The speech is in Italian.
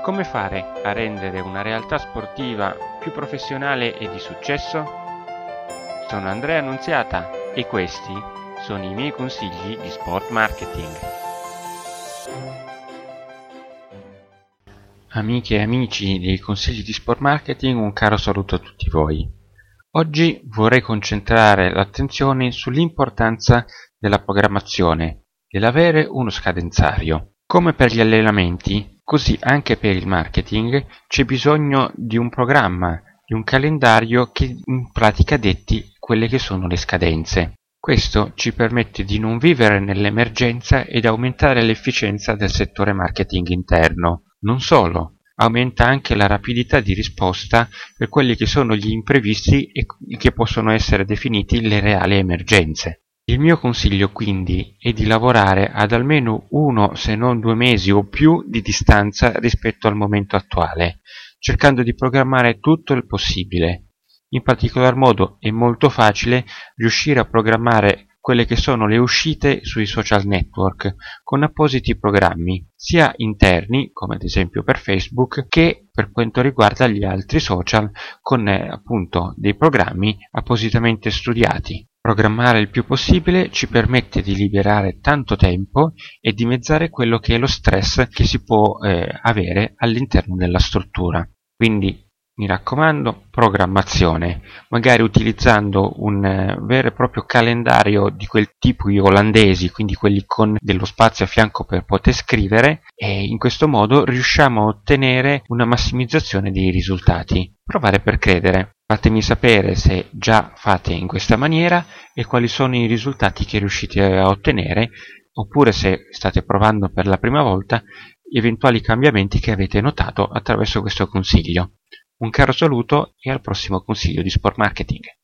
Come fare a rendere una realtà sportiva più professionale e di successo? Sono Andrea Annunziata e questi sono i miei consigli di sport marketing. Amiche e amici dei consigli di sport marketing, un caro saluto a tutti voi. Oggi vorrei concentrare l'attenzione sull'importanza della programmazione, dell'avere uno scadenzario. Come per gli allenamenti, così anche per il marketing c'è bisogno di un programma, di un calendario che in pratica detti quelle che sono le scadenze. Questo ci permette di non vivere nell'emergenza ed aumentare l'efficienza del settore marketing interno. Non solo, aumenta anche la rapidità di risposta per quelli che sono gli imprevisti e che possono essere definiti le reali emergenze. Il mio consiglio quindi è di lavorare ad almeno 1 se non 2 mesi o più di distanza rispetto al momento attuale, cercando di programmare tutto il possibile. In particolar modo è molto facile riuscire a programmare quelle che sono le uscite sui social network con appositi programmi, sia interni, come ad esempio per Facebook, che per quanto riguarda gli altri social con appunto dei programmi appositamente studiati. Programmare il più possibile ci permette di liberare tanto tempo e dimezzare quello che è lo stress che si può avere all'interno della struttura. Quindi mi raccomando, programmazione, magari utilizzando un vero e proprio calendario di quel tipo olandesi, quindi quelli con dello spazio a fianco per poter scrivere, e in questo modo riusciamo a ottenere una massimizzazione dei risultati. Provare per credere. Fatemi sapere se già fate in questa maniera e quali sono i risultati che riuscite a ottenere, oppure se state provando per la prima volta eventuali cambiamenti che avete notato attraverso questo consiglio. Un caro saluto e al prossimo consiglio di sport marketing.